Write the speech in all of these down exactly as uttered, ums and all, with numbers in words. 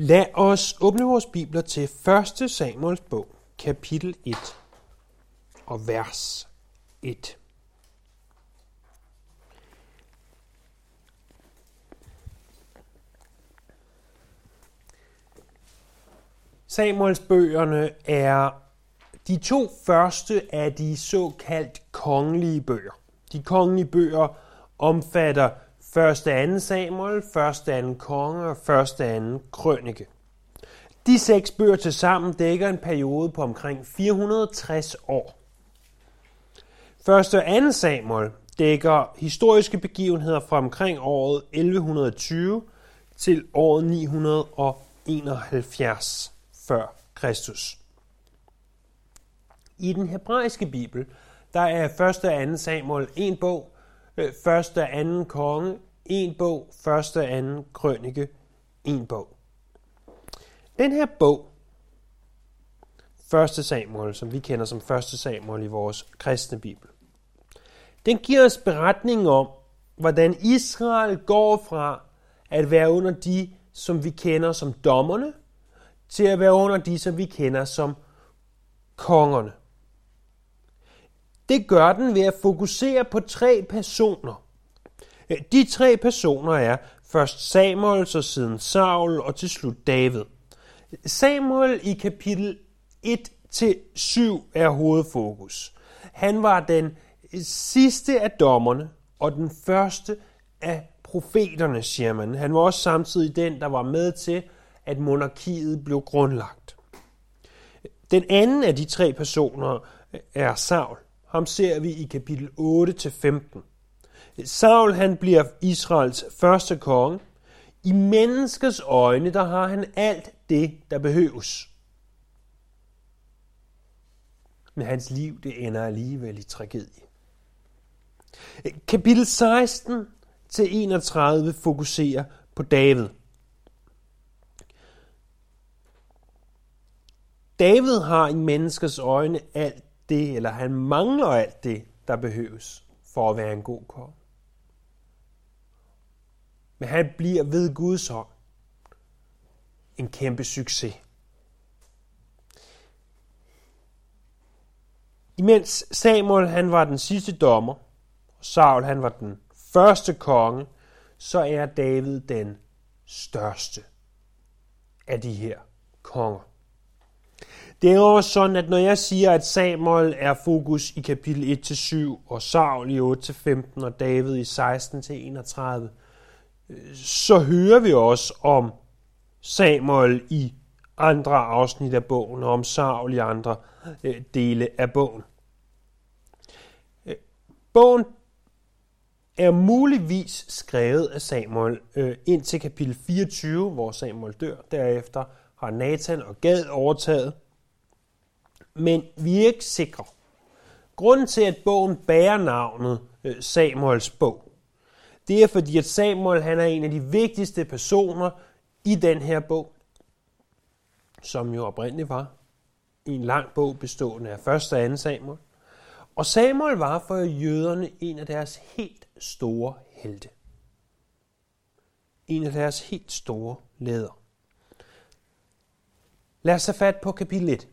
Lad os åbne vores bibler til første Samuels bog, kapitel et og vers et. Samuels bøgerne er de to første af de såkaldt kongelige bøger. De kongelige bøger omfatter første og anden Samuel, første og anden konge og første og anden krønike. De seks bøger til sammen dækker en periode på omkring fire hundrede og tres år. første og anden Samuel dækker historiske begivenheder fra omkring året elleve tyve til året ni hundrede og enoghalvfjerds før Kristus. I den hebraiske bibel, der er første og anden Samuel en bog, første og anden konge en bog, første og anden krønike en bog. Den her bog, første Samuel, som vi kender som første Samuel i vores kristne bibel, den giver os beretningen om, hvordan Israel går fra at være under de, som vi kender som dommerne, til at være under de, som vi kender som kongerne. Det gør den ved at fokusere på tre personer. De tre personer er først Samuel, så siden Saul og til slut David. Samuel i kapitel et til syv er hovedfokus. Han var den sidste af dommerne og den første af profeterne, siger man. Han var også samtidig den, der var med til, at monarkiet blev grundlagt. Den anden af de tre personer er Saul. Ham ser vi i kapitel otte til femten. Saul, han bliver Israels første konge. I menneskers øjne, der har han alt det, der behøves. Men hans liv, det ender alligevel i tragedie. Kapitel seksten til enogtredive fokuserer på David. David har i menneskers øjne alt det, eller han mangler alt det, der behøves for at være en god konge. Men han bliver ved Guds hånd en kæmpe succes. Imens Samuel han var den sidste dommer, og Saul han var den første konge, så er David den største af de her konger. Det er også sådan, at når jeg siger, at Samuel er fokus i kapitel et til syv, og Saul i otte til femten, og David i seksten til enogtredive, så hører vi også om Samuel i andre afsnit af bogen, og om Saul i andre dele af bogen. Bogen er muligvis skrevet af Samuel indtil kapitel fireogtyve, hvor Samuel dør. Derefter har Nathan og Gad overtaget. Men vi er ikke sikre. Grunden til, at bogen bærer navnet Samuels bog, det er fordi, at Samuel han er en af de vigtigste personer i den her bog, som jo oprindeligt var en lang bog bestående af første og anden Samuel. Og Samuel var for jøderne en af deres helt store helte. En af deres helt store ledere. Lad os tage fat på kapitel et.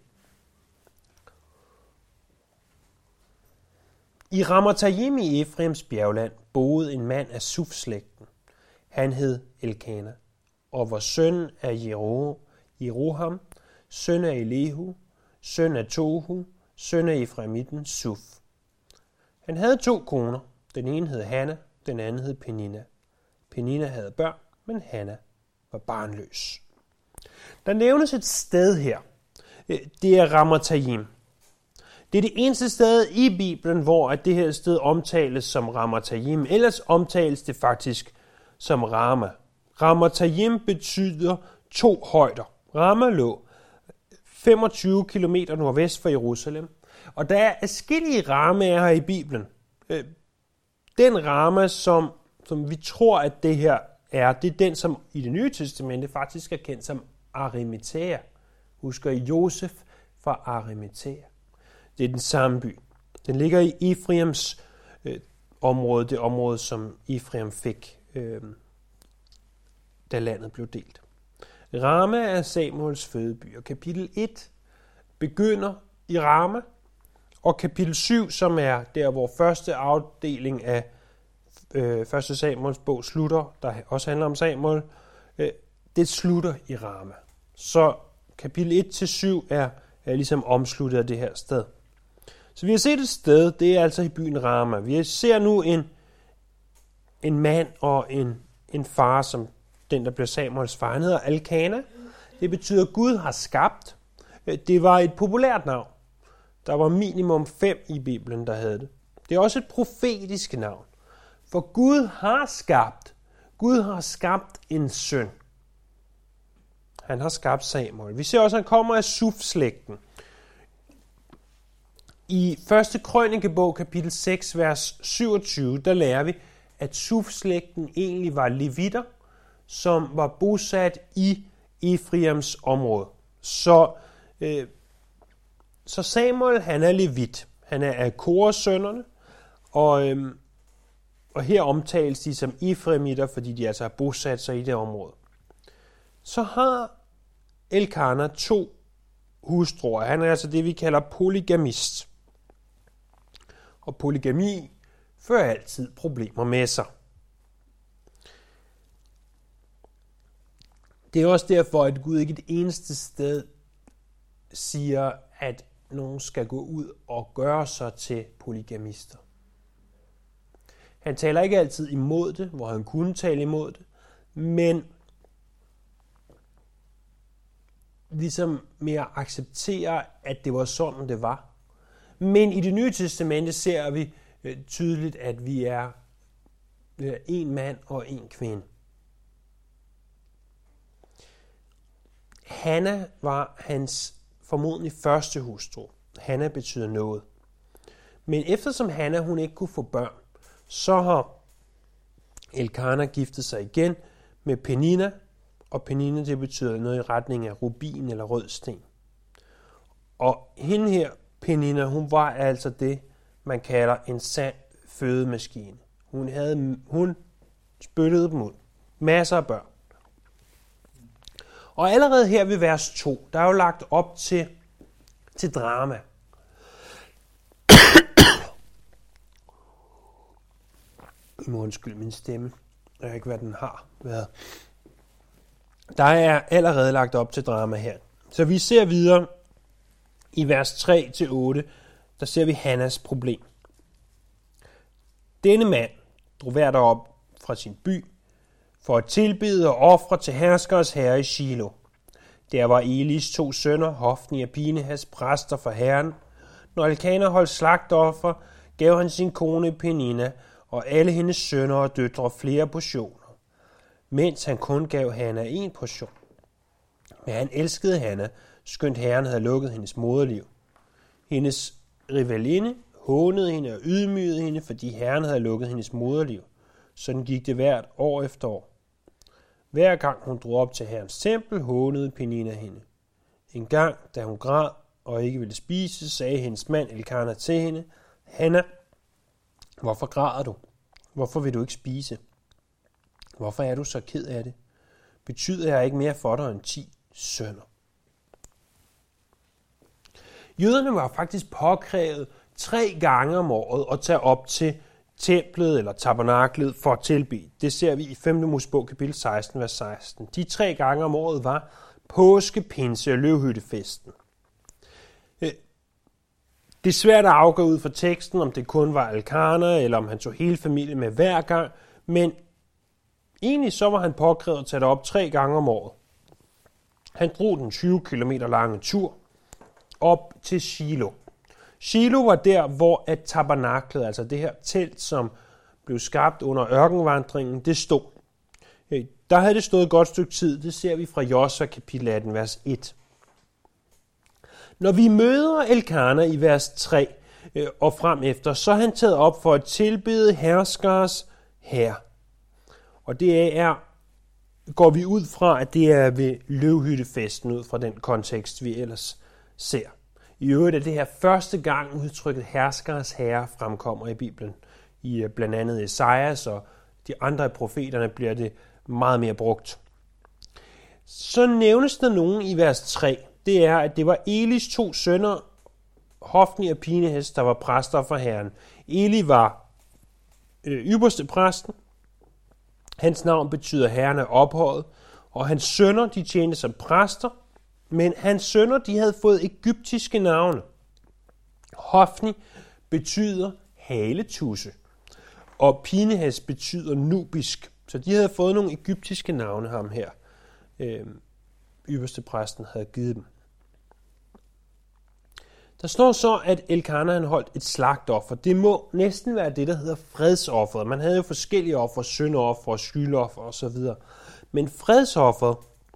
I Ramatayim i Efraims bjergland boede en mand af Suf-slægten. Han hed Elkana, og var søn af Jeroham, søn af Elihu, søn af Tohu, søn af Efraimitten Suf. Han havde to koner. Den ene hed Hanna, den anden hed Penina. Penina havde børn, men Hanna var barnløs. Der nævnes et sted her. Det er Ramatayim. Det er det eneste sted i Bibelen, hvor at det her sted omtales som Ramatayim. Ellers omtales det faktisk som Rama. Ramatayim betyder to højder. Rama lå femogtyve kilometer nordvest for Jerusalem. Og der er adskillige Ramaer her i Bibelen. Den Rama, som, som vi tror, at det her er, det er den, som i Det Nye Testamente faktisk er kendt som Arimathæa. Husker I Josef fra Arimathæa? Det er den samme by. Den ligger i Efraims øh, område, det område, som Efraim fik, øh, da landet blev delt. Rama er Samuels fødeby, og kapitel et begynder i Rama, og kapitel syv, som er der, hvor første afdeling af øh, første Samuels bog slutter, der også handler om Samuel, øh, det slutter i Rama. Så kapitel et til syv er, er ligesom omsluttet af det her sted. Så vi har set et sted, det er altså i byen Rama. Vi ser nu en, en mand og en, en far, som den, der bliver Samuels far. Han hedder Elkana. Det betyder, at Gud har skabt. Det var et populært navn. Der var minimum fem i Bibelen, der havde det. Det er også et profetisk navn. For Gud har skabt. Gud har skabt en søn. Han har skabt Samuel. Vi ser også, at han kommer af Suf-slægten. I første krønikebog, kapitel seks, vers syvogtyve, der lærer vi, at Suf-slægten egentlig var levitter, som var bosat i Efraims område. Så, øh, så Samuel, han er levit. Han er af Kores sønnerne, og, øh, og her omtales de som Efraimitter, fordi de altså har bosat sig i det område. Så har Elkana to hustruer. Han er altså det, vi kalder polygamist. Og polygami fører altid problemer med sig. Det er også derfor, at Gud ikke et eneste sted siger, at nogen skal gå ud og gøre sig til polygamister. Han taler ikke altid imod det, hvor han kunne tale imod det, men ligesom mere acceptere, at det var sådan, det var. Men i Det Nye Testamente ser vi tydeligt, at vi er en mand og en kvinde. Hanna var hans formodentlig første hustru. Hanna betyder noget. Men eftersom Hanna hun ikke kunne få børn, så har Elkana giftet sig igen med Penina, og Penina det betyder noget i retning af rubin eller rød sten. Og hende her, Penina, hun var altså det, man kalder en sand fødemaskine. Hun, havde, hun spyttede dem ud. Masser af børn. Og allerede her ved vers to, der er jo lagt op til, til drama. I må undskylde min stemme. Jeg ved ikke, hvad den har været. Der er allerede lagt op til drama her. Så vi ser videre i vers tre til otte, der ser vi Hannas problem. Denne mand drog hver derop fra sin by for at tilbede og ofre til herskers herre i Shilo. Der var Elis to sønner, Hofni og Pinehas, præster for herren. Når Elkana holdt slagtoffer, gav han sin kone Penina og alle hendes sønner og døtre flere portioner, mens han kun gav Hanna en portion. Men han elskede Hanna, skønt herren havde lukket hendes moderliv. Hendes rivalinde hånede hende og ydmygede hende, fordi herren havde lukket hendes moderliv. Sådan gik det hvert år efter år. Hver gang hun drog op til herrens tempel, hånede Penina hende. En gang, da hun græd og ikke ville spise, sagde hendes mand Elkana til hende, Hanna, hvorfor græder du? Hvorfor vil du ikke spise? Hvorfor er du så ked af det? Betyder jeg ikke mere for dig end ti sønner? Jøderne var faktisk påkrævet tre gange om året at tage op til templet eller tabernaklet for at tilbede. Det ser vi i femte Mosebog kapitel seksten, vers seksten. De tre gange om året var påske, pinse og løvhyttefesten. Det er svært at afgøre ud fra teksten, om det kun var Elkana, eller om han tog hele familien med hver gang, men egentlig så var han påkrævet at tage op tre gange om året. Han drog den tyve kilometer lange tur op til Shilo. Shilo var der, hvor at tabernaklet, altså det her telt, som blev skabt under ørkenvandringen, det stod. Der havde det stået et godt stykke tid, det ser vi fra Josua kapitel atten, vers et. Når vi møder Elkana i vers tre øh, og frem efter, så er han taget op for at tilbede herskers herre. Og det er, går vi ud fra, at det er ved løvhyttefesten, ud fra den kontekst, vi ellers ser. I øvrigt er det her første gang udtrykket herskers herre fremkommer i Bibelen. I blandt andet Esajas og de andre af profeterne bliver det meget mere brugt. Så nævnes der nogen i vers tre. Det er, at det var Elis to sønner, Hofni og Pinehas, der var præster for Herren. Eli var øh, ypperste præsten. Hans navn betyder Herren er ophøjet. Og hans sønner, de tjente som præster. Men hans sønner, de havde fået egyptiske navne. Hofni betyder haletusse. Og Pinehas betyder nubisk. Så de havde fået nogle egyptiske navne, ham her. Øh, ypperste præsten havde givet dem. Der står så, at Elkana han holdt et slagtoffer. Det må næsten være det, der hedder fredsofferet. Man havde jo forskellige offer, syndoffer, skyldoffer osv. Men fredsofferet,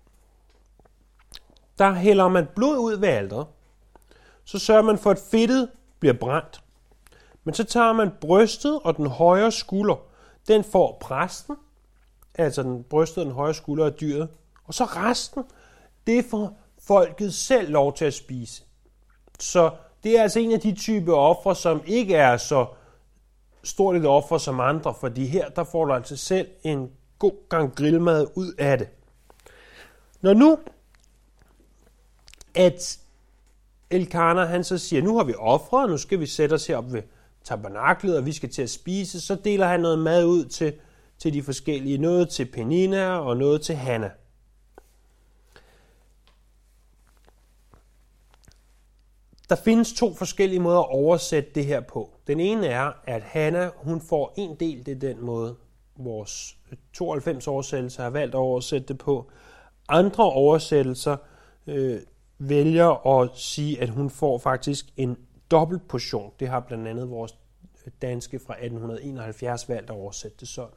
der hælder man blod ud ved alteret. Så sørger man for, at fedtet bliver brændt. Men så tager man brystet og den højre skulder. Den får præsten, altså den brystet og den højre skulder af dyret. Og så resten, det får folket selv lov til at spise. Så det er altså en af de typer ofre, som ikke er så stort et offer som andre, fordi her der får du altså selv en god gang grillmad ud af det. Når nu, at Elkana han så siger, nu har vi ofret, nu skal vi sætte os herop ved tabernaklet, og vi skal til at spise, så deler han noget mad ud til, til de forskellige, noget til Penina og noget til Hanna. Der findes to forskellige måder at oversætte det her på. Den ene er, at Hanna hun får en del, det er den måde, vores tooghalvfems oversættelser har valgt at oversætte det på. Andre oversættelser øh, vælger at sige, at hun får faktisk en dobbelt portion. Det har blandt andet vores danske fra atten enoghalvfjerds valgt at oversætte det sådan.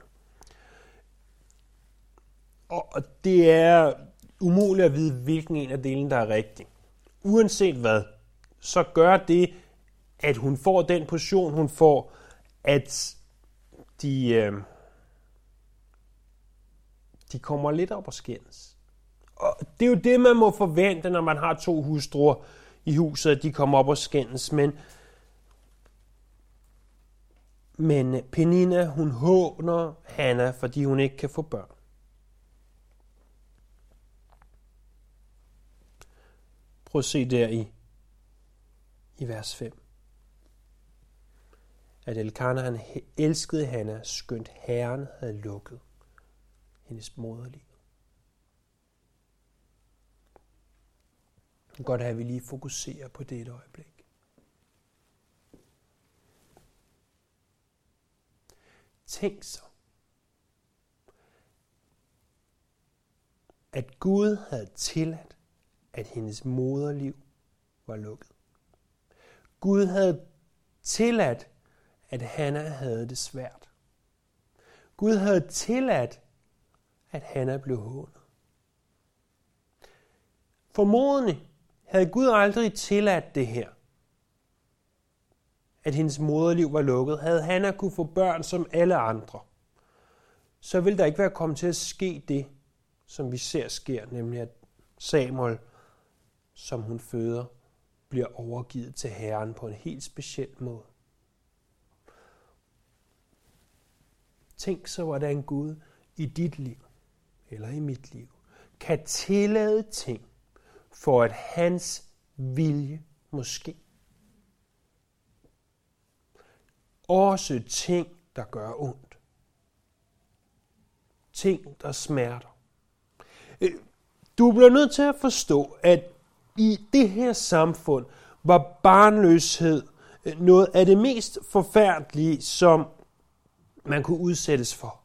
Og det er umuligt at vide, hvilken en af delene, der er rigtig. Uanset hvad, så gør det, at hun får den portion, hun får, at de, øh, de kommer lidt op og skændes. Og det er jo det, man må forvente, når man har to hustruer i huset, at de kommer op og skændes. Men, men Penina, hun håner Hanna, fordi hun ikke kan få børn. Prøv at se der i, i vers fem. At Elkana han elskede Hanna, skønt Herren havde lukket hendes moderliv. Det er godt, at vi lige fokuserer på det et øjeblik. Tænk så, at Gud havde tilladt, at hendes moderliv var lukket. Gud havde tilladt, at Hanna havde det svært. Gud havde tilladt, at Hanna blev hånet. Formodentlig havde Gud aldrig tilladt det her, at hendes moderliv var lukket. Havde Hanna kunne få børn som alle andre, så ville der ikke være kommet til at ske det, som vi ser sker, nemlig at Samuel, som hun føder, bliver overgivet til Herren på en helt speciel måde. Tænk så, hvordan Gud i dit liv, eller i mit liv, kan tillade ting, for at hans vilje må ske. Også ting, der gør ondt. Ting, der smerter. Du bliver nødt til at forstå, at i det her samfund var barnløshed noget af det mest forfærdelige, som man kunne udsættes for.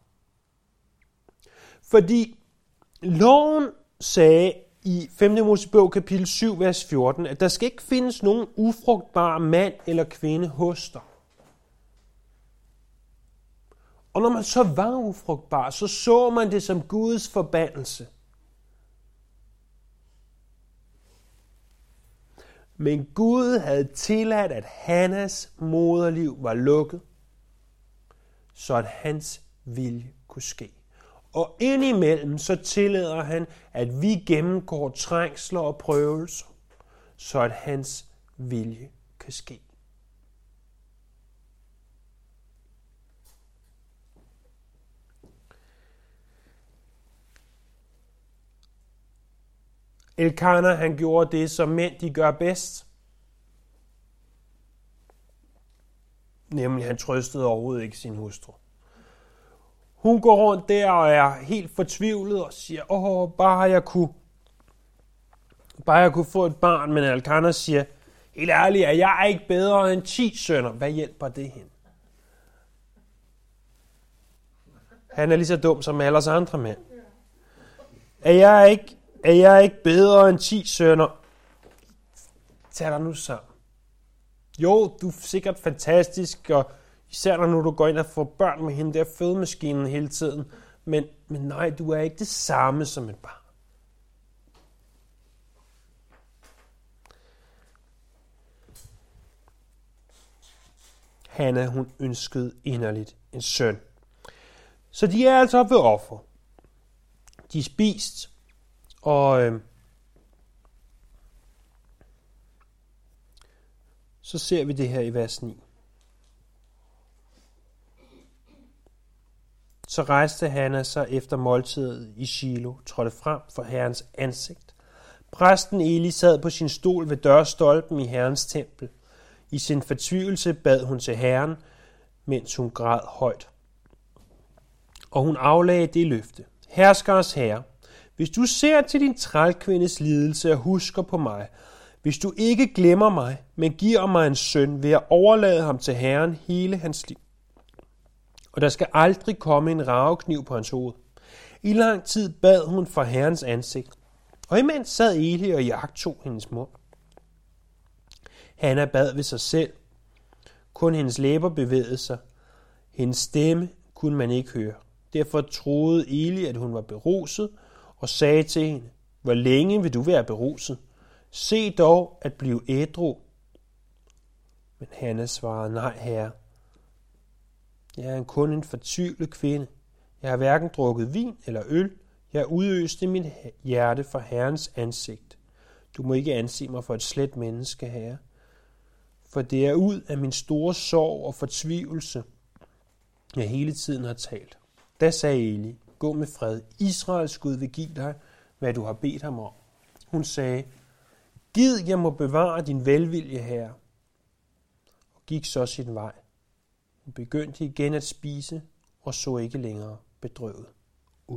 Fordi loven sagde i femte Mosebog kapitel syv, vers fjorten, at der skal ikke findes nogen ufrugtbar mand eller kvinde hos dig. Og når man så var ufrugtbar, så så man det som Guds forbandelse. Men Gud havde tilladt, at Hannas moderliv var lukket, så at hans vilje kunne ske. Og indimellem så tillader han, at vi gennemgår trængsler og prøvelser, så at hans vilje kan ske. Elkana, han gjorde det, som mænd de gør bedst. Nemlig, han trøstede overhovedet ikke sin hustru. Hun går rundt der og er helt fortvivlet og siger, åh, bare jeg kunne, bare jeg kunne få et barn. Men Elkana siger, helt ærligt, at jeg er ikke bedre end ti sønner. Hvad hjælper det hende? Han er lige så dum som alle os andre mænd. Er jeg ikke, er jeg ikke bedre end ti sønner? Tag dig nu sammen. Jo, du er sikkert fantastisk, og især når du går ind og får børn med hende der fødemaskinen hele tiden. Men, men nej, du er ikke det samme som et barn. Hanna, hun ønskede inderligt en søn. Så de er altså ved offer. De er spist, og øh, så ser vi det her i vers ni. Så rejste Hanna sig efter måltidet i Shilo, trådte frem for Herrens ansigt. Præsten Eli sad på sin stol ved dørstolpen i Herrens tempel. I sin fortvivlelse bad hun til Herren, mens hun græd højt. Og hun aflagde det løfte. Herskers Herre, hvis du ser til din trælkvindes lidelse og husker på mig, hvis du ikke glemmer mig, men giver mig en søn, vil jeg overlade ham til Herren hele hans liv. Og der skal aldrig komme en ravekniv på hans hoved. I lang tid bad hun for Herrens ansigt, og imens sad Eli og jagtog hendes mund. Hanna bad ved sig selv. Kun hendes læber bevægede sig. Hendes stemme kunne man ikke høre. Derfor troede Eli, at hun var beruset, og sagde til hende, hvor længe vil du være beruset? Se dog at blive ædru. Men Hanna svarede, nej herre. Jeg er kun en fortvivlet kvinde. Jeg har hverken drukket vin eller øl. Jeg udøste mit hjerte for Herrens ansigt. Du må ikke anse mig for et slet menneske, herre. For det er ud af min store sorg og fortvivlelse, jeg hele tiden har talt. Da sagde Eli, gå med fred. Israels Gud vil give dig, hvad du har bedt ham om. Hun sagde, gid jeg må bevare din velvilje, herre. Og gik så sin vej. Hun begyndte igen at spise, og så ikke længere bedrøvet ud.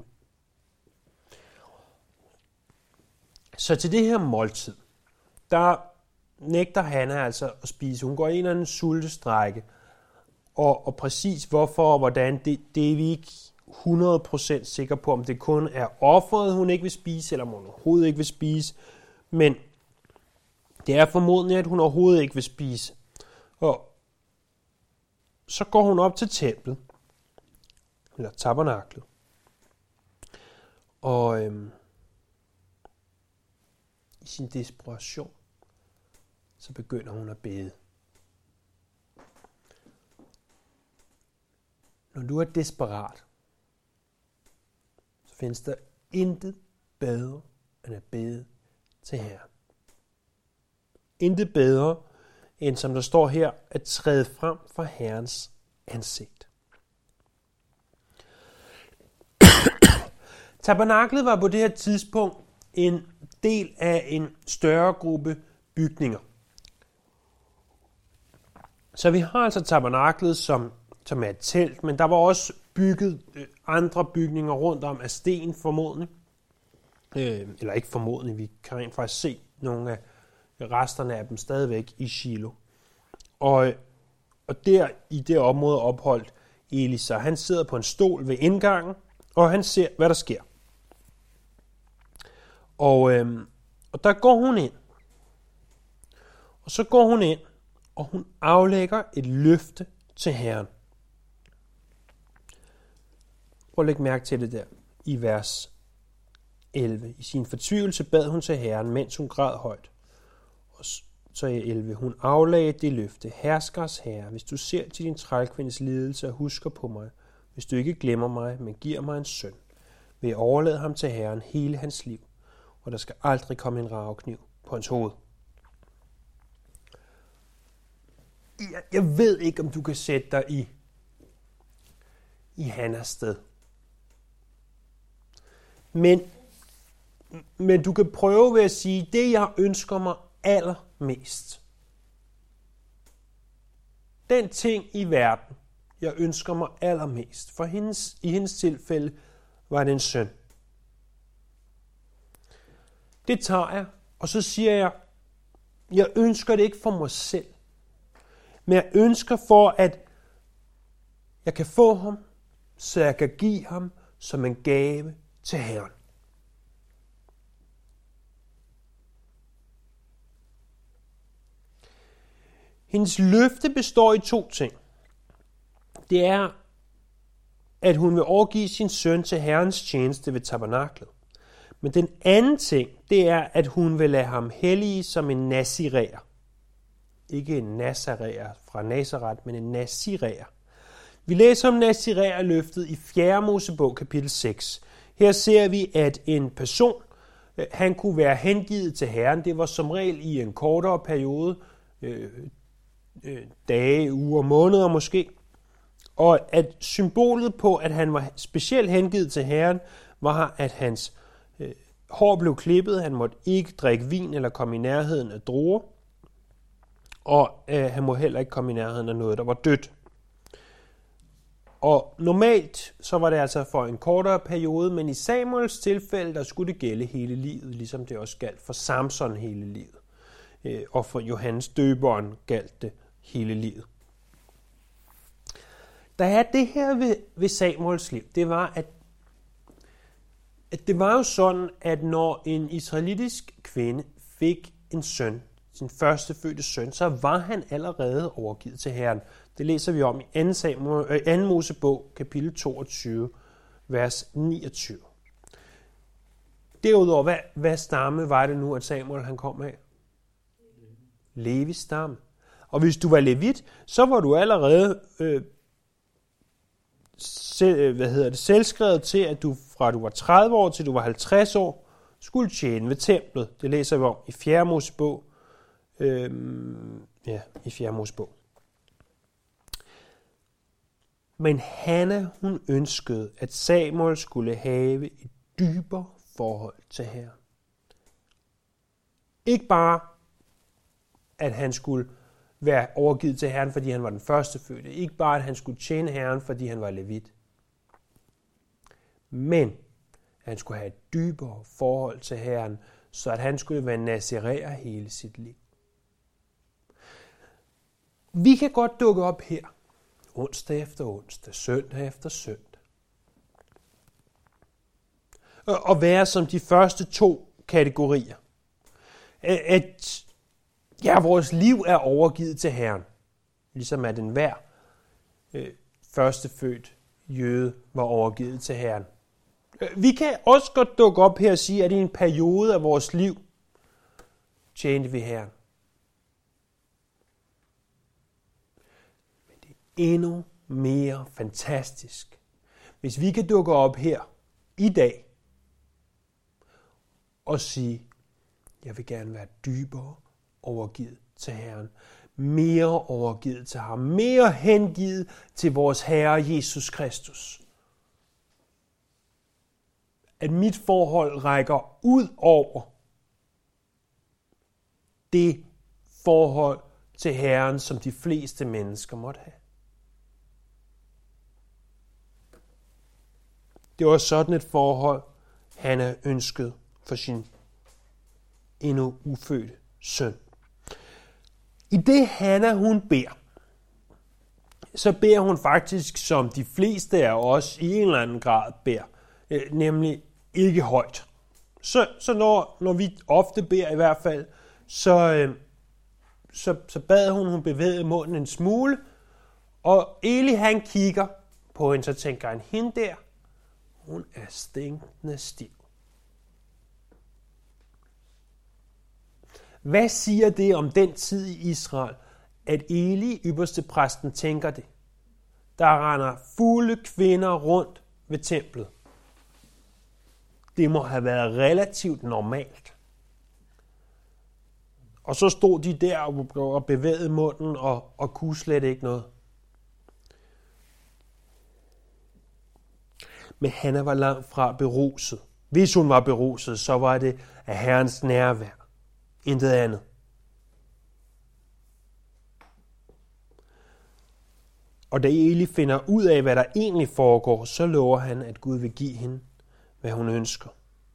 Så til det her måltid, der nægter Hanna altså at spise. Hun går ind i en sultestrække, og, og præcis hvorfor og hvordan, det, det er vi ikke hundrede procent sikre på, om det kun er offeret, hun ikke vil spise, eller om hun overhovedet ikke vil spise. Men det er formodentlig, at hun overhovedet ikke vil spise. Og så går hun op til templet, eller tabernaklet, og øhm, i sin desperation, så begynder hun at bede. Når du er desperat, så findes der intet bedre end at bede til Herren. Intet bedre end, som der står her, at træde frem for Herrens ansigt. Tabernaklet var på det her tidspunkt en del af en større gruppe bygninger. Så vi har altså tabernaklet, som, som er et telt, men der var også bygget andre bygninger rundt om af sten formodentlig. Øh, eller ikke formodentlig, vi kan rent faktisk se nogle af resterne af dem stadigvæk i Shilo. Og, og der i det område opholdt Elisa. Han sidder på en stol ved indgangen, og han ser, hvad der sker. Og, øhm, og der går hun ind. Og så går hun ind, og hun aflægger et løfte til Herren. Prøv at lægge mærke til det der i vers elleve. I sin fortvivlelse bad hun til Herren, mens hun græd højt. Og så i elleve. Hun aflagde det løfte. Herskers Herre, hvis du ser til din trælkvindes lidelse og husker på mig, hvis du ikke glemmer mig, men giver mig en søn, vil jeg overlade ham til Herren hele hans liv, og der skal aldrig komme en ravekniv på hans hoved. Jeg, jeg ved ikke, om du kan sætte dig i, i Hannas sted. Men Men du kan prøve ved at sige, det jeg ønsker mig allermest. Den ting i verden, jeg ønsker mig allermest. For hendes, i hendes tilfælde var det en søn. Det tager jeg, og så siger jeg, jeg ønsker det ikke for mig selv. Men jeg ønsker for, at jeg kan få ham, så jeg kan give ham som en gave til Herren. Hendes løfte består i to ting. Det er, at hun vil overgive sin søn til Herrens tjeneste ved tabernaklet. Men den anden ting, det er, at hun vil lade ham hellige som en naziræer. Ikke en nazaræer fra Nazaret, men en naziræer. Vi læser om naziræerløftet i fjerde Mosebog kapitel seks. Her ser vi, at en person, han kunne være hengivet til Herren. Det var som regel i en kortere periode, øh, øh, dage, uger, måneder måske. Og at symbolet på, at han var specielt hengivet til Herren, var, at hans øh, hår blev klippet. Han måtte ikke drikke vin eller komme i nærheden af druer. Og øh, han må heller ikke komme i nærheden af noget, der var dødt. Og normalt så var det altså for en kortere periode, men i Samuels tilfælde, der skulle det gælde hele livet, ligesom det også galt for Samson hele livet. Øh, og for Johannes døberen galt det hele livet. Der er det her ved, ved Samuels liv, det var, at, at det var jo sådan, at når en israelitisk kvinde fik en søn, sin første fødte søn, så var han allerede overgivet til Herren. Det læser vi om i anden Mosebog, kapitel toogtyve, vers niogtyve. Derudover, hvad, hvad stamme var det nu, at Samuel han kom af? Levis stamme. Og hvis du var levit, så var du allerede øh, selv, hvad hedder det, selvskrevet til, at du fra du var tredive år til du var halvtreds år, skulle tjene ved templet. Det læser vi om i fjerde Mosebog. Øhm, ja, i fjerde Mosebog. Men Hanna, hun ønskede, at Samuel skulle have et dybere forhold til Herren. Ikke bare, at han skulle være overgivet til Herren, fordi han var den første fødte. Ikke bare, at han skulle tjene Herren, fordi han var levit. Men at han skulle have et dybere forhold til Herren, så at han skulle være naziræer hele sit liv. Vi kan godt dukke op her, onsdag efter onsdag, søndag efter søndag, og være som de første to kategorier. At ja, vores liv er overgivet til Herren, ligesom at enhver øh, førstefødt jøde var overgivet til Herren. Vi kan også godt dukke op her og sige, at i en periode af vores liv tjente vi Herren. Men det er endnu mere fantastisk, hvis vi kan dukke op her i dag og sige, jeg vil gerne være dybere overgivet til Herren, mere overgivet til ham, mere hengivet til vores Herre Jesus Kristus. At mit forhold rækker ud over det forhold til Herren, som de fleste mennesker måtte have. Det var sådan et forhold, han ønskede for sin endnu ufødte søn. I det Hanna hun beder, så beder hun faktisk, som de fleste af os i en eller anden grad beder, nemlig ikke højt. Så, så når, når vi ofte beder i hvert fald, så, så, så bad hun, hun bevægede munden en smule, og Eli han kigger på hende, så tænker han, hende der, hun er stinkende stiv. Hvad siger det om den tid i Israel, at Eli, ypperste præsten, tænker det? Der render fulde kvinder rundt ved templet. Det må have været relativt normalt. Og så stod de der og bevægede munden og, og kunne slet ikke noget. Men Hanna var langt fra beruset. Hvis hun var beruset, så var det af Herrens nærvær. Intet andet. Og da Eli finder ud af, hvad der egentlig foregår, så lover han, at Gud vil give hende, hvad hun ønsker.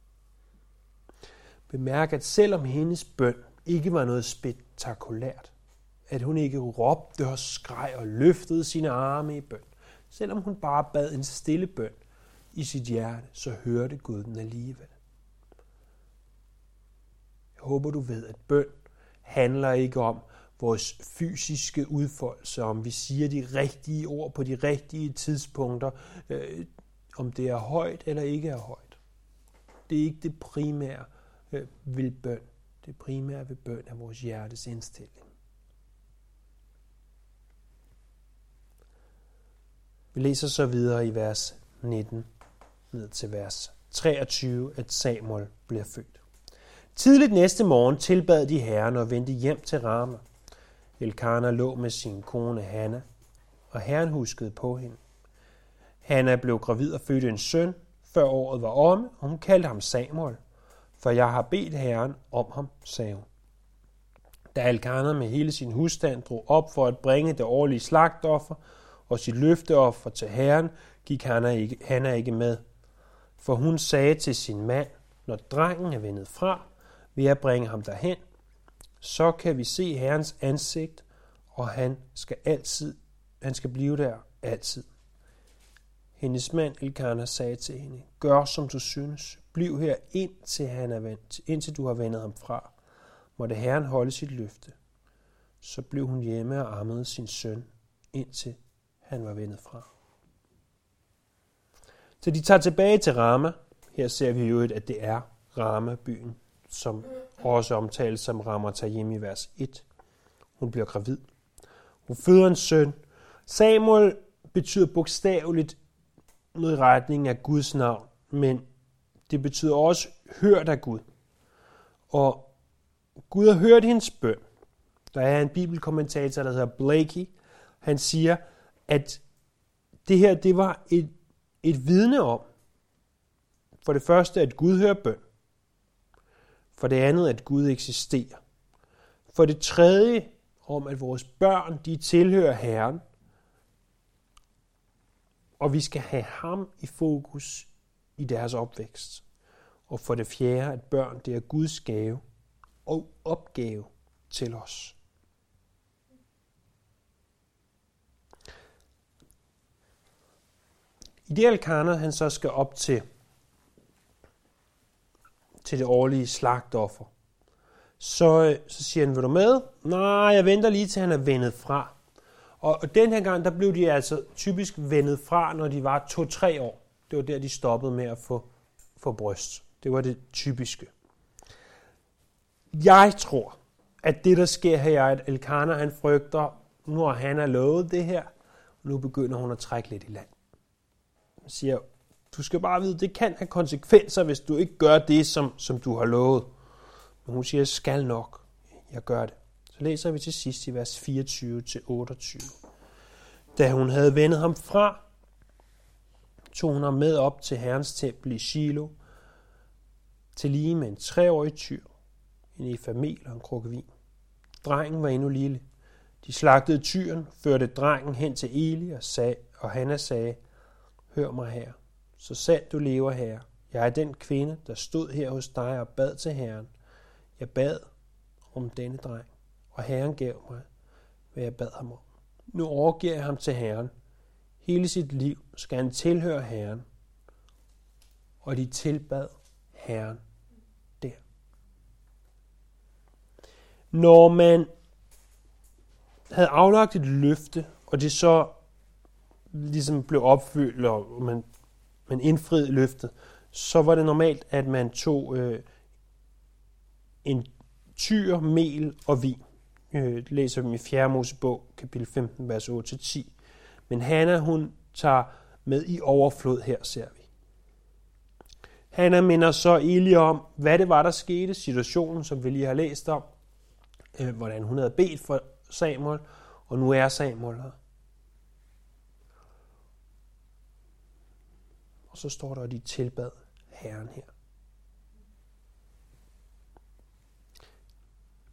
Bemærk, at selvom hendes bøn ikke var noget spektakulært, at hun ikke råbte og skreg og løftede sine arme i bøn, selvom hun bare bad en stille bøn i sit hjerte, så hørte Gud den alligevel. Jeg håber, du ved, at bøn handler ikke om vores fysiske udfoldelse, om vi siger de rigtige ord på de rigtige tidspunkter, øh, om det er højt eller ikke er højt. Det er ikke det primære øh, ved bøn. Det primære ved bøn er vores hjertes indstilling. Vi læser så videre i vers nitten ned til vers treogtyve, at Samuel bliver født. Tidligt næste morgen tilbad de Herren og vendte hjem til Rama. Elkana lå med sin kone Hanna, og Herren huskede på hende. Hanna blev gravid og fødte en søn, før året var omme, og hun kaldte ham Samuel, for jeg har bedt Herren om ham, sagde hun. Da Elkana med hele sin husstand drog op for at bringe det årlige slagtoffer og sit løfteoffer til Herren, gik Hanna ikke, Hanna ikke med. For hun sagde til sin mand, når drengen er vendet fra, vil jeg bringe ham derhen, så kan vi se Herrens ansigt, og han skal altid, han skal blive der altid. Hendes mand Elkana sagde til hende, gør som du synes, bliv her indtil, han er vendt, indtil du har vendet ham fra. Måtte Herren holde sit løfte. Så blev hun hjemme og ammede sin søn, indtil han var vendet fra. Så de tager tilbage til Rama. Her ser vi jo, at det er Rama-byen, som også omtales som Ramatayim i vers et. Hun bliver gravid. Hun føder en søn. Samuel betyder bogstaveligt noget i retning af Guds navn, men det betyder også hørt af Gud. Og Gud har hørt hendes bøn. Der er en bibelkommentator, der hedder Blakey. Han siger, at det her det var et, et vidne om, for det første, at Gud hører bøn. For det andet, at Gud eksisterer. For det tredje, om at vores børn, de tilhører Herren. Og vi skal have ham i fokus i deres opvækst. Og for det fjerde, at børn, det er Guds gave og opgave til os. I det Elkana, han så skal op til, til det årlige slagtoffer, så, så siger han, vil du med? Nej, jeg venter lige til han er vendet fra. Og, og den her gang, der blev de altså typisk vendet fra, når de var to-tre år. Det var der, de stoppede med at få, få bryst. Det var det typiske. Jeg tror, at det, der sker her, er, at Elkana, han frygter, nu har han er lovet det her, og nu begynder hun at trække lidt i land. Han siger, du skal bare vide, det kan have konsekvenser, hvis du ikke gør det, som, som du har lovet. Men hun siger, jeg skal nok. Jeg gør det. Så læser vi til sidst i vers fireogtyve til otteogtyve. Da hun havde vendet ham fra, tog hun ham med op til Herrens tempel i Shilo, til lige med en treårig tyr, en efamel og en krukke vin. Drengen var endnu lille. De slagtede tyren, førte drengen hen til Eli og, sag, og Hanna sagde, hør mig her, så sandt du lever, Herre. Jeg er den kvinde, der stod her hos dig og bad til Herren. Jeg bad om denne dreng, og Herren gav mig, hvad jeg bad ham om. Nu overgiver jeg ham til Herren. Hele sit liv skal han tilhøre Herren. Og de tilbad Herren der. Når man havde aflagt et løfte, og det så ligesom blev opfyldt, og man, man indfriede løftet, så var det normalt, at man tog øh, en tyr, mel og vin. Øh, læser vi i fjerde Mosebog, kapitel femten, vers otte til ti. Men Hanna, hun tager med i overflod her, ser vi. Hanna minder så Eli om, hvad det var, der skete, situationen, som vi lige har læst om, øh, hvordan hun havde bedt for Samuel, og nu er Samuel her. Og så står der, at de tilbad Herren her.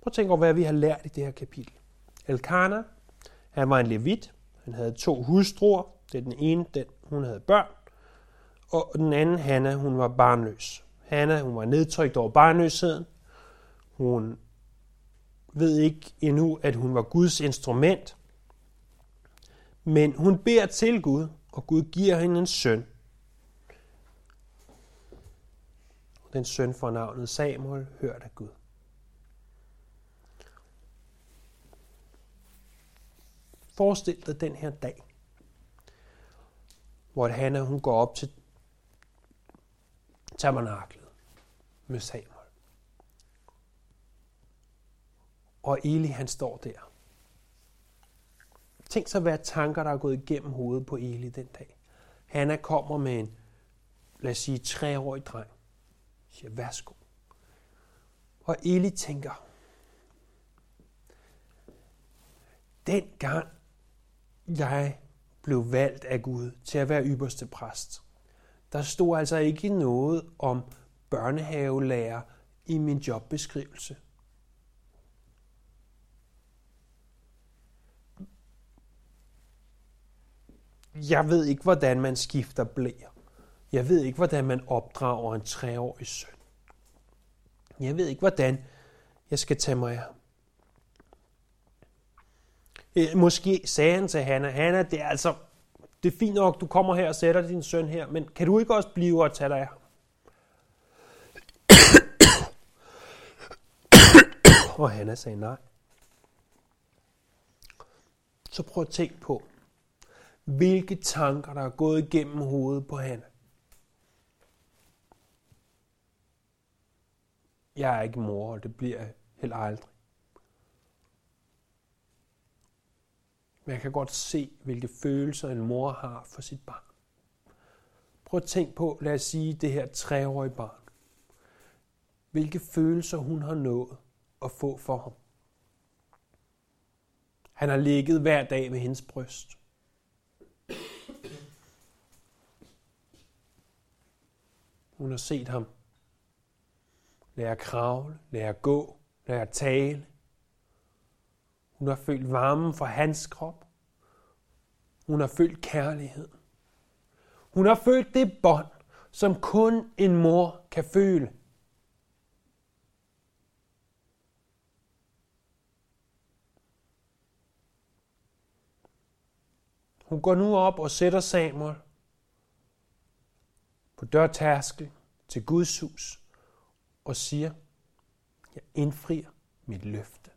at tænke over, hvad vi har lært i det her kapitel. Elkana, han var en levit. Han havde to hustruer. Det er den ene, den, hun havde børn. Og den anden, Hanna, hun var barnløs. Hanna, hun var nedtrykt over barnløsheden. Hun ved ikke endnu, at hun var Guds instrument. Men hun beder til Gud, og Gud giver hende en søn. Den søn får navnet Samuel, hørt af Gud. Forestil dig den her dag, hvor Hanna hun går op til tabernaklet med Samuel. Og Eli han står der. Tænk så, hvad tanker, der er gået igennem hovedet på Eli den dag. Hanna kommer med en, lad os sige, treårig dreng. Siger, værsgo. Og Eli tænker, dengang jeg blev valgt af Gud til at være ypperste præst, der stod altså ikke noget om børnehavelærer i min jobbeskrivelse. Jeg ved ikke, hvordan man skifter blæer. Jeg ved ikke, hvordan man opdrager en treårig søn. Jeg ved ikke, hvordan jeg skal tage mig af ham. Måske sagde han til Hanna, Hanna, det er altså, det er fint nok, du kommer her og sætter din søn her, men kan du ikke også blive og tage dig af ham? Og Hanna sagde nej. Så prøv at tænke på, hvilke tanker, der er gået igennem hovedet på Hanna. Jeg er ikke mor, og det bliver jeg heller aldrig. Men jeg kan godt se, hvilke følelser en mor har for sit barn. Prøv at tænke på, lad os sige, det her treårige barn. Hvilke følelser hun har nået at få for ham. Han har ligget hver dag ved hendes bryst. Hun har set ham lære at kravle, lære at gå, lære at tale. Hun har følt varmen fra hans krop. Hun har følt kærlighed. Hun har følt det bånd, som kun en mor kan føle. Hun går nu op og sætter Samuel på dørtærskel til Guds hus og siger, jeg indfrier mit løfte.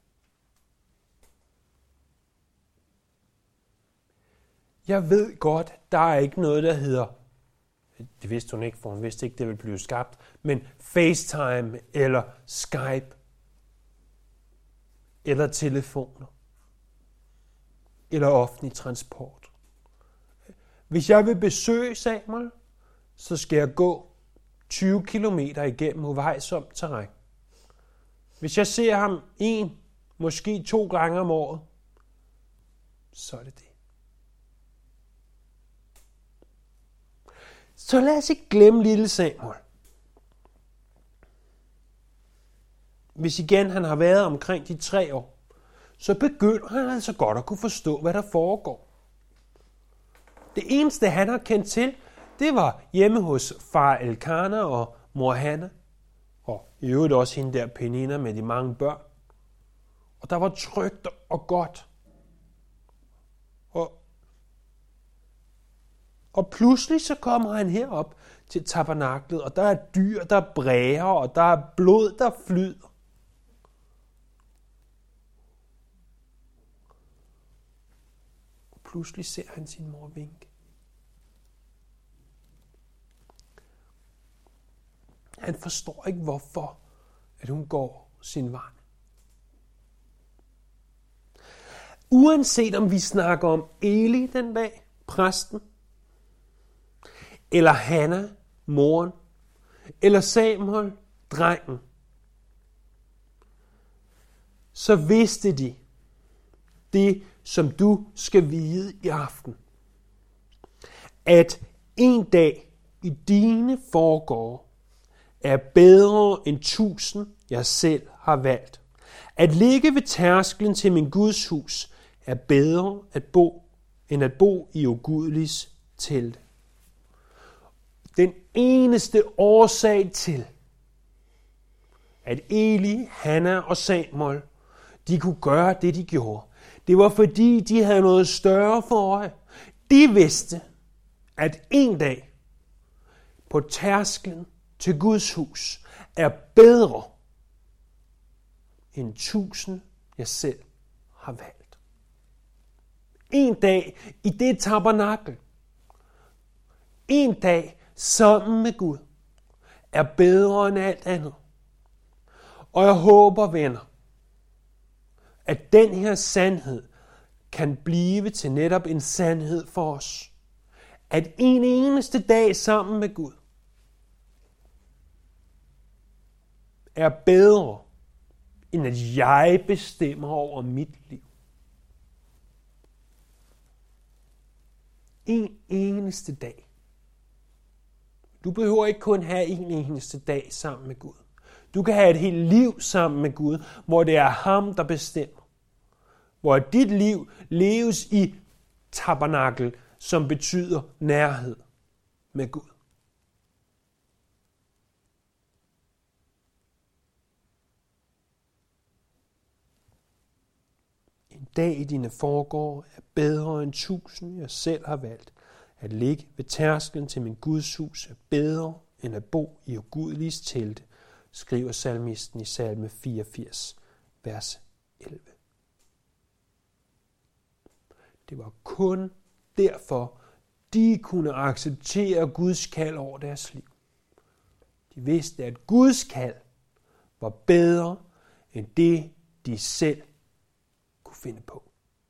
Jeg ved godt, der er ikke noget, der hedder, det vidste hun ikke, for hun vidste ikke, det ville blive skabt, men FaceTime eller Skype eller telefoner eller offentlig transport. Hvis jeg vil besøge Samuel, så skal jeg gå tyve kilometer igennem uvejsomt terræn. Hvis jeg ser ham en, måske to gange om året, så er det det. Så lad os ikke glemme lille Samuel. Hvis igen han har været omkring de tre år, så begynder han altså godt at kunne forstå, hvad der foregår. Det eneste, han har kendt til, det var hjemme hos far Elkana og mor Hanna, og i øvrigt også hende der Penina med de mange børn. Og der var trygt og godt. Og, og pludselig så kommer han herop til tabernaklet, og der er dyr, der bræger, og der er blod, der flyder. Og pludselig ser han sin mor vinke. Han forstår ikke, hvorfor at hun går sin vej. Uanset om vi snakker om Eli den dag, præsten, eller Hanna, moren, eller Samuel, drengen, så vidste de det, som du skal vide i aften. At en dag i dine forgårde er bedre end tusind, jeg selv har valgt. At ligge ved tærsklen til min Guds hus er bedre at bo, end at bo i ugudeliges telt. Den eneste årsag til, at Eli, Hanna og Samuel, de kunne gøre det, de gjorde, det var fordi, de havde noget større for øje. De vidste, at en dag på tærsklen til Guds hus er bedre end tusind, jeg selv har valgt. En dag i det tabernakel, en dag sammen med Gud, er bedre end alt andet. Og jeg håber, venner, at den her sandhed kan blive til netop en sandhed for os. At en eneste dag sammen med Gud er bedre, end at jeg bestemmer over mit liv. En eneste dag. Du behøver ikke kun have en eneste dag sammen med Gud. Du kan have et helt liv sammen med Gud, hvor det er ham, der bestemmer. Hvor dit liv leves i tabernakel, som betyder nærhed med Gud. En dag i dine forgård er bedre end tusind, jeg selv har valgt. At ligge ved tærsklen til min Guds hus er bedre end at bo i ugudeliges telte, skriver salmisten i salme fireogfirs, vers elleve. Det var kun derfor, de kunne acceptere Guds kald over deres liv. De vidste, at Guds kald var bedre end det, de selv kunne finde på.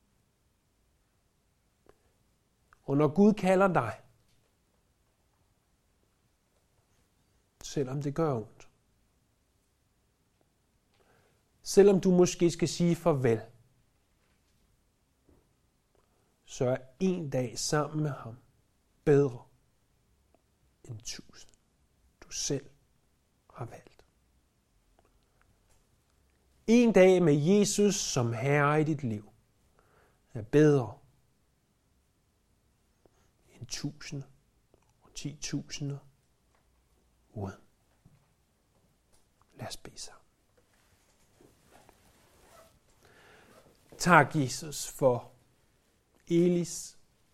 Og når Gud kalder dig, selvom det gør ondt, selvom du måske skal sige farvel, så er en dag sammen med ham bedre end tusind, du selv har valgt. En dag med Jesus som herre i dit liv er bedre end tusinder og ti tusinder uden. Lad os bede sammen. Tak, Jesus, for Elis,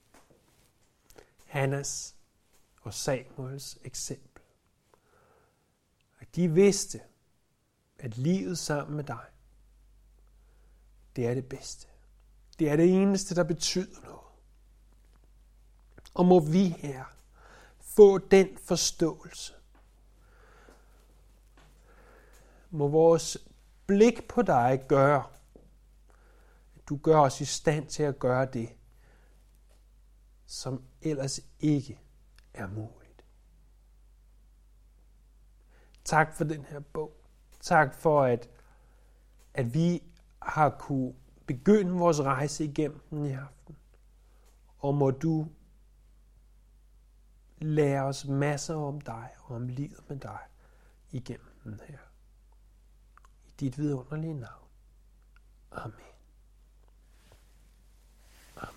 Hannas og Samuels eksempel. At de vidste, at livet sammen med dig, det er det bedste. Det er det eneste, der betyder noget. Og må vi her få den forståelse. Må vores blik på dig gøre, at du gør os i stand til at gøre det, som ellers ikke er muligt. Tak for den her bog. Tak for, at, at vi har kunne begynde vores rejse igennem den i aften. Og må du lære os masser om dig og om livet med dig igennem den her. I dit vidunderlige navn. Amen.